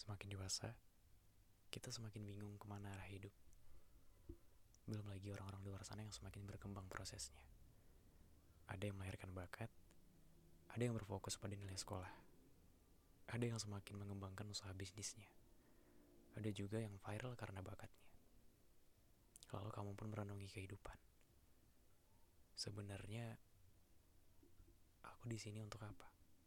Semakin dewasa, kita semakin bingung kemana arah hidup. Belum lagi orang-orang di luar sana yang semakin berkembang prosesnya. Ada yang melahirkan bakat, ada yang berfokus pada nilai sekolah, ada yang semakin mengembangkan usaha bisnisnya, ada juga yang viral karena bakatnya. Lalu kamu pun merenungi kehidupan. Sebenarnya, aku di sini untuk apa?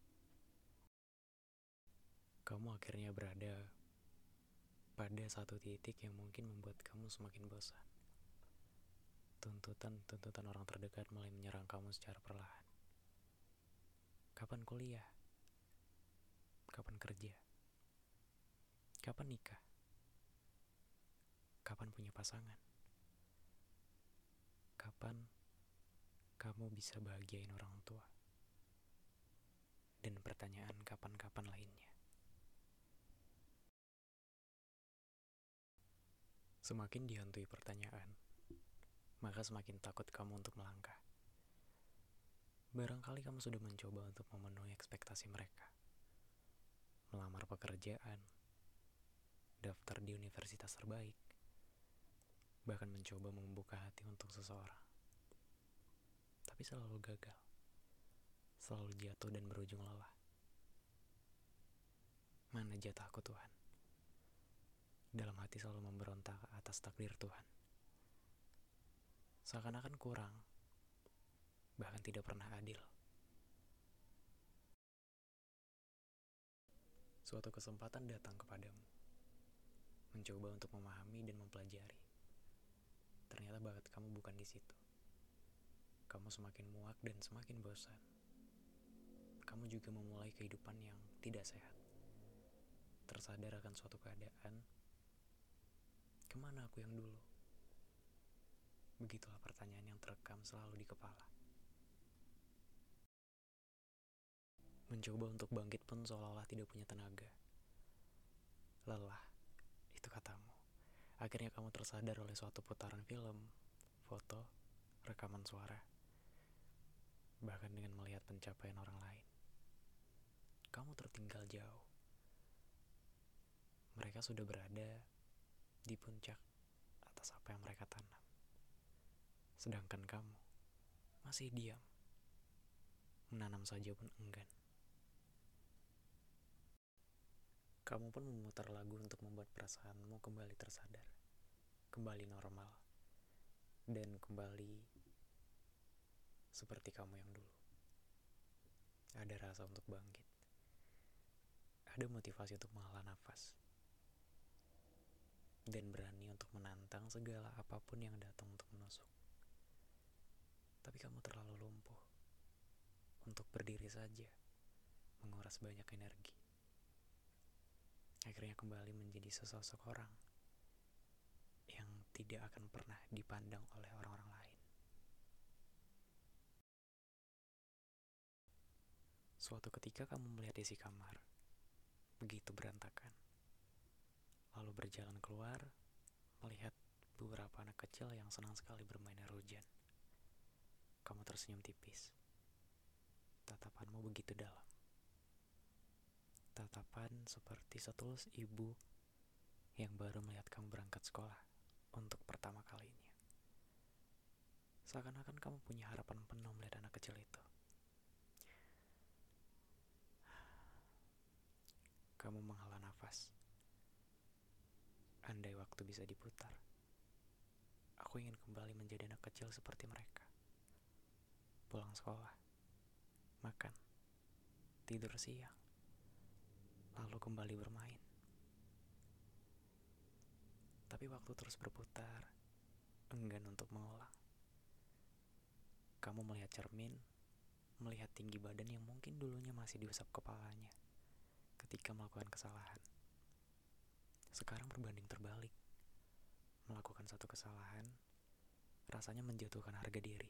Kamu akhirnya berada pada satu titik yang mungkin membuat kamu semakin bosan. Tuntutan orang terdekat mulai menyerang kamu secara perlahan. Kapan kuliah? Kapan kerja? Kapan nikah? Kapan punya pasangan? Kapan kamu bisa bahagiain orang tua? Dan pertanyaan kapan-kapan lainnya. Semakin dihantui pertanyaan, maka semakin takut kamu untuk melangkah. Barangkali kamu sudah mencoba untuk memenuhi ekspektasi mereka. Melamar pekerjaan, daftar di universitas terbaik, bahkan mencoba membuka hati untuk seseorang. Tapi selalu gagal, selalu jatuh dan berujung lelah. Mana jatahku Tuhan? Dalam hati selalu memberontak atas takdir Tuhan. Seakan-akan kurang, bahkan tidak pernah adil. Suatu kesempatan datang kepadamu, mencoba untuk memahami dan mempelajari. Ternyata bakat kamu bukan di situ. Kamu semakin muak dan semakin bosan. Kamu juga memulai kehidupan yang tidak sehat. Tersadar akan suatu keadaan, kemana aku yang dulu? Begitulah pertanyaan yang terekam selalu di kepala. Mencoba untuk bangkit pun seolah-olah tidak punya tenaga. Lelah, itu katamu. Akhirnya kamu tersadar oleh suatu putaran film, foto, rekaman suara, bahkan dengan melihat pencapaian orang lain. Kamu tertinggal jauh. Mereka sudah berada di puncak atas apa yang mereka tanam. Sedangkan kamu masih diam. Menanam saja pun enggan. Kamu pun memutar lagu untuk membuat perasaanmu kembali tersadar, kembali normal, dan kembali seperti kamu yang dulu. Ada rasa untuk bangkit. Ada motivasi untuk menghela nafas. Dan berani untuk menantang segala apapun yang datang untuk menusuk. Tapi kamu terlalu lumpuh untuk berdiri saja, menguras banyak energi. Akhirnya kembali menjadi sesosok orang yang tidak akan pernah dipandang oleh orang-orang lain. Suatu ketika kamu melihat isi kamar, begitu berantakan. Lalu berjalan keluar, melihat beberapa anak kecil yang senang sekali bermain air hujan. Kamu tersenyum tipis. Tatapanmu begitu dalam. Tatapan seperti setulus ibu yang baru melihat kamu berangkat sekolah untuk pertama kalinya. Seakan-akan kamu punya harapan penuh melihat anak kecil itu. Kamu menghela nafas. Andai waktu bisa diputar, aku ingin kembali menjadi anak kecil seperti mereka. Pulang sekolah, makan, tidur siang, lalu kembali bermain. Tapi waktu terus berputar, enggan untuk mengulang. Kamu melihat cermin, melihat tinggi badan yang mungkin dulunya masih diusap kepalanya ketika melakukan kesalahan. Sekarang berbanding terbalik. Melakukan satu kesalahan, rasanya menjatuhkan harga diri.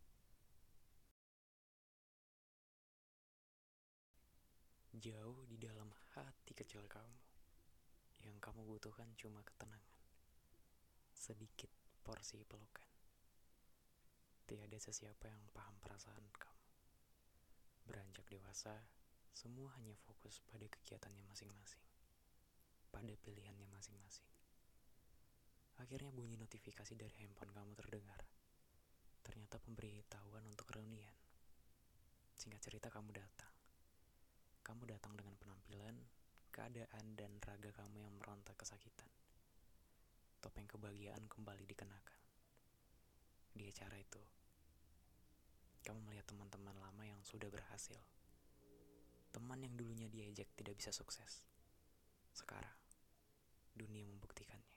Jauh di dalam hati kecil kamu, yang kamu butuhkan cuma ketenangan, sedikit porsi pelukan. Tiada sesiapa yang paham perasaan kamu. Beranjak dewasa, semua hanya fokus pada kegiatannya masing-masing. pilihannya masing-masing. Akhirnya bunyi notifikasi dari handphone kamu terdengar. Ternyata pemberitahuan untuk reunian. Singkat cerita, kamu datang. Kamu datang dengan penampilan, keadaan, dan raga kamu yang meronta kesakitan. Topeng kebahagiaan kembali dikenakan. Di acara itu, kamu melihat teman-teman lama yang sudah berhasil. Teman yang dulunya diajak tidak bisa sukses. Sekarang, dunia membuktikannya.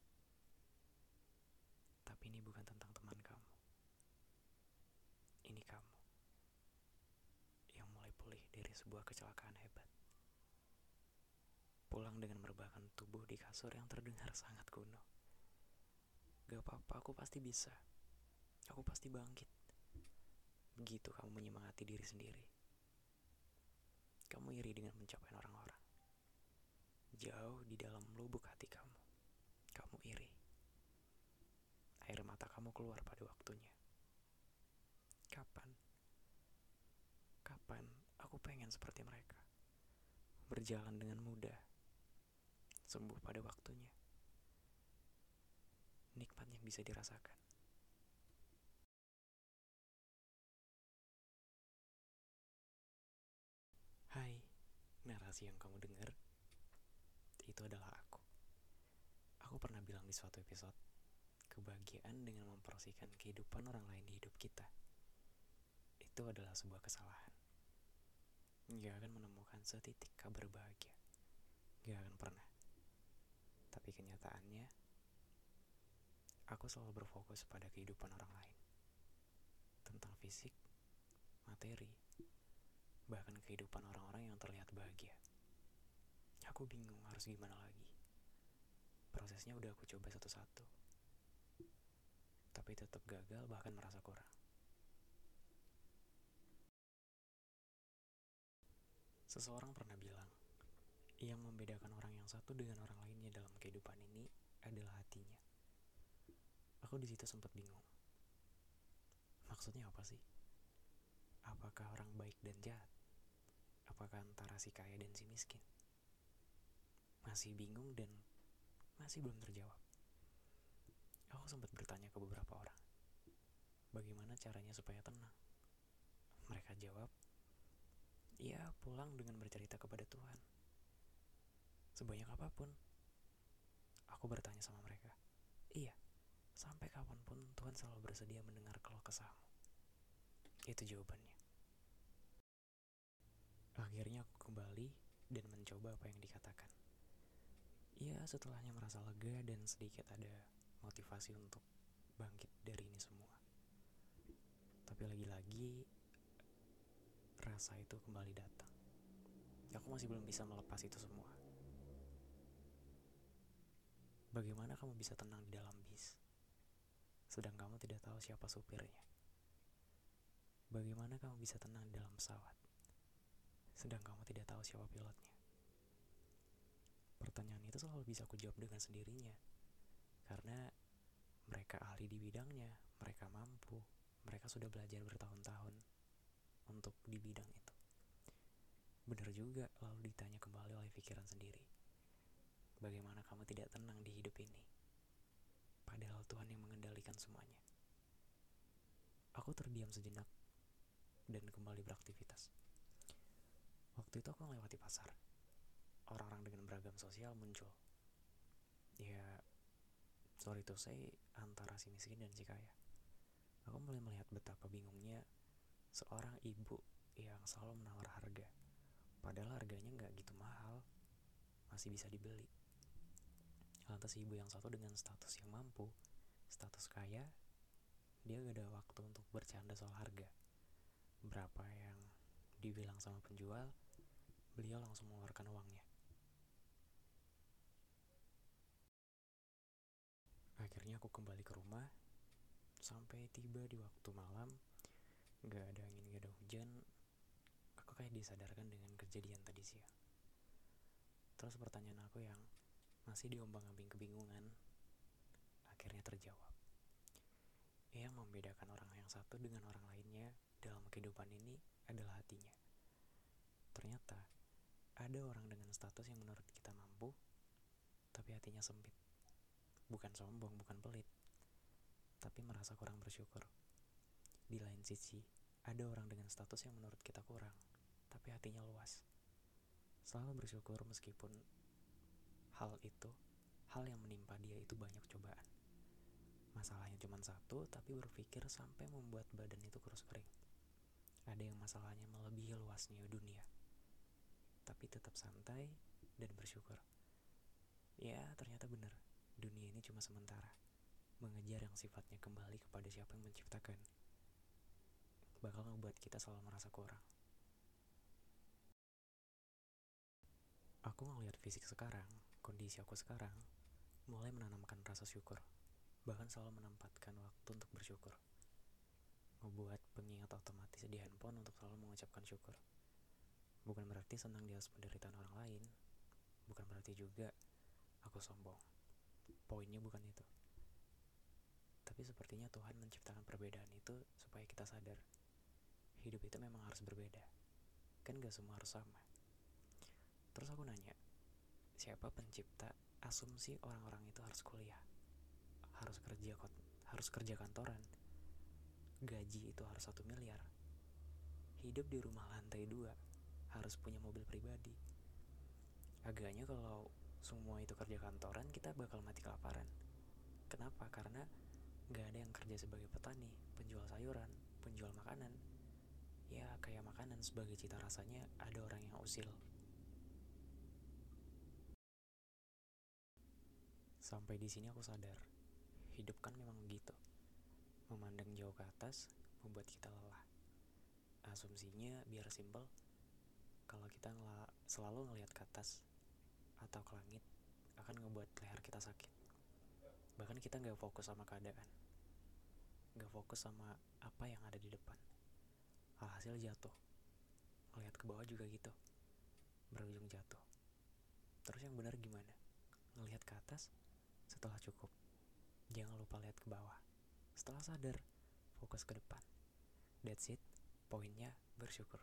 Tapi ini bukan tentang teman kamu. Ini kamu yang mulai pulih dari sebuah kecelakaan hebat. Pulang dengan merebahkan tubuh di kasur yang terdengar sangat kuno. Gak apa-apa, aku pasti bisa. Aku pasti bangkit. Begitu kamu menyemangati diri sendiri. Kamu iri dengan pencapaian orang-orang. Jauh di dalam lubuk hati kamu, kamu iri. Air mata kamu keluar pada waktunya. Kapan? Kapan aku pengen seperti mereka? Berjalan dengan mudah. Sembuh pada waktunya. Nikmat yang bisa dirasakan. Hai, narasi yang kamu dengar itu adalah aku. Aku pernah bilang di suatu episode, kebahagiaan dengan memporsikan kehidupan orang lain di hidup kita itu adalah sebuah kesalahan. Gak akan menemukan setitik kabar bahagia. Gak akan pernah. Tapi kenyataannya, aku selalu berfokus pada kehidupan orang lain. Tentang fisik, materi, bahkan kehidupan orang-orang yang terlihat bahagia. Aku bingung harus gimana lagi. Prosesnya udah aku coba satu-satu. Tapi tetap gagal, bahkan merasa kurang. Seseorang pernah bilang, yang membedakan orang yang satu dengan orang lainnya dalam kehidupan ini adalah hatinya. Aku di situ sempat bingung. Maksudnya apa sih? Apakah orang baik dan jahat? Apakah antara si kaya dan si miskin? Masih bingung dan masih belum terjawab. Aku sempat bertanya ke beberapa orang, bagaimana caranya supaya tenang? Mereka jawab, ya pulang dengan bercerita kepada Tuhan. Sebanyak apapun. Aku bertanya sama mereka, iya, sampai kapanpun Tuhan selalu bersedia mendengar keluh kesahmu. Itu jawabannya. Akhirnya aku kembali dan mencoba apa yang dikatakan. Ya, setelahnya merasa lega dan sedikit ada motivasi untuk bangkit dari ini semua. Tapi lagi-lagi rasa itu kembali datang. Aku masih belum bisa melepas itu semua. Bagaimana kamu bisa tenang di dalam bis, sedang kamu tidak tahu siapa supirnya? Bagaimana kamu bisa tenang di dalam pesawat, sedang kamu tidak tahu siapa pilotnya? Pertanyaan itu selalu bisa aku jawab dengan sendirinya. Karena mereka ahli di bidangnya, mereka mampu, mereka sudah belajar bertahun-tahun untuk di bidang itu. Benar juga, lalu ditanya kembali oleh pikiran sendiri. Bagaimana kamu tidak tenang di hidup ini? Padahal Tuhan yang mengendalikan semuanya. Aku terdiam sejenak dan kembali beraktivitas. Waktu itu aku melewati pasar. Orang-orang dengan beragam sosial muncul. Ya, sorry to say, antara si miskin dan si kaya. Aku mulai melihat betapa bingungnya seorang ibu yang selalu menawar harga. Padahal harganya gak gitu mahal, masih bisa dibeli. Lantas ibu yang satu dengan status yang mampu, status kaya, dia gak ada waktu untuk bercanda soal harga. Berapa yang dibilang sama penjual, beliau langsung mengeluarkan uangnya. Akhirnya aku kembali ke rumah. Sampai tiba di waktu malam, gak ada angin, gak ada hujan. Aku kayak disadarkan dengan kejadian tadi siang. Terus pertanyaan aku yang masih diombang-ambing kebingungan akhirnya terjawab. Yang membedakan orang yang satu dengan orang lainnya dalam kehidupan ini adalah hatinya. Ternyata ada orang dengan status yang menurut kita mampu, rasanya sempit. Bukan sombong, bukan pelit, tapi merasa kurang bersyukur. Di lain sisi, ada orang dengan status yang menurut kita kurang, tapi hatinya luas. Selalu bersyukur meskipun hal yang menimpa dia itu banyak cobaan. Masalahnya cuma satu, tapi berpikir sampai membuat badan itu kurus kering. Ada yang masalahnya melebihi luasnya dunia, tapi tetap santai dan bersyukur. Ya, ternyata benar, dunia ini cuma sementara. Mengejar yang sifatnya kembali kepada siapa yang menciptakan bakal ngebuat kita selalu merasa kurang. Aku ngelihat fisik sekarang, kondisi aku sekarang, mulai menanamkan rasa syukur. Bahkan selalu menempatkan waktu untuk bersyukur. Ngebuat pengingat otomatis di handphone untuk selalu mengucapkan syukur. Bukan berarti senang di atas penderitaan orang lain. Bukan berarti juga aku sombong. Poinnya bukan itu. Tapi sepertinya Tuhan menciptakan perbedaan itu supaya kita sadar. Hidup itu memang harus berbeda. Kan gak semua harus sama. Terus aku nanya, siapa pencipta asumsi orang-orang itu harus kuliah? Harus kerja kantoran. Gaji itu harus 1 miliar. Hidup di rumah lantai 2. Harus punya mobil pribadi. Agaknya kalau semua itu kerja kantoran, kita bakal mati kelaparan. Kenapa? Karena gak ada yang kerja sebagai petani, penjual sayuran, penjual makanan. Ya kayak makanan sebagai cita rasanya ada orang yang usil. Sampai di sini aku sadar, hidup kan memang begitu. Memandang jauh ke atas membuat kita lelah. Asumsinya biar simpel, kalau kita selalu ngelihat ke atas atau ke langit, akan ngebuat leher kita sakit. Bahkan kita gak fokus sama keadaan, gak fokus sama apa yang ada di depan. Alhasil jatuh. Ngelihat ke bawah juga gitu, berujung jatuh. Terus yang benar gimana? Ngelihat ke atas setelah cukup, jangan lupa lihat ke bawah. Setelah sadar, fokus ke depan. That's it. Poinnya bersyukur.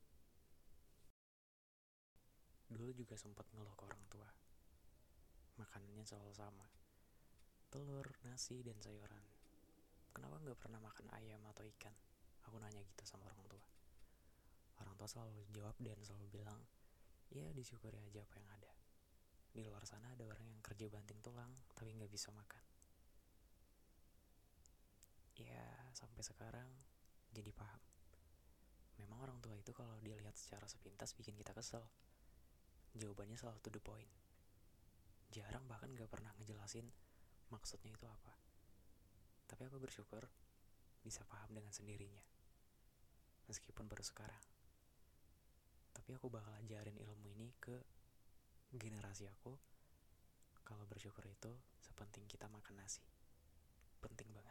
Dulu juga sempat ngeluh ke orang tua. Makanannya selalu sama, telur, nasi, dan sayuran. Kenapa gak pernah makan ayam atau ikan? Aku nanya gitu sama orang tua. Orang tua selalu jawab dan selalu bilang, ya disyukuri aja apa yang ada. Di luar sana ada orang yang kerja banting tulang tapi gak bisa makan. Ya sampai sekarang jadi paham. Memang orang tua itu kalau dilihat secara sepintas bikin kita kesel. Jawabannya selalu to the point. Jarang bahkan gak pernah ngejelasin maksudnya itu apa. Tapi aku bersyukur bisa paham dengan sendirinya. Meskipun baru sekarang. Tapi aku bakal ajarin ilmu ini ke generasi aku. Kalau bersyukur itu sepenting kita makan nasi. Penting banget.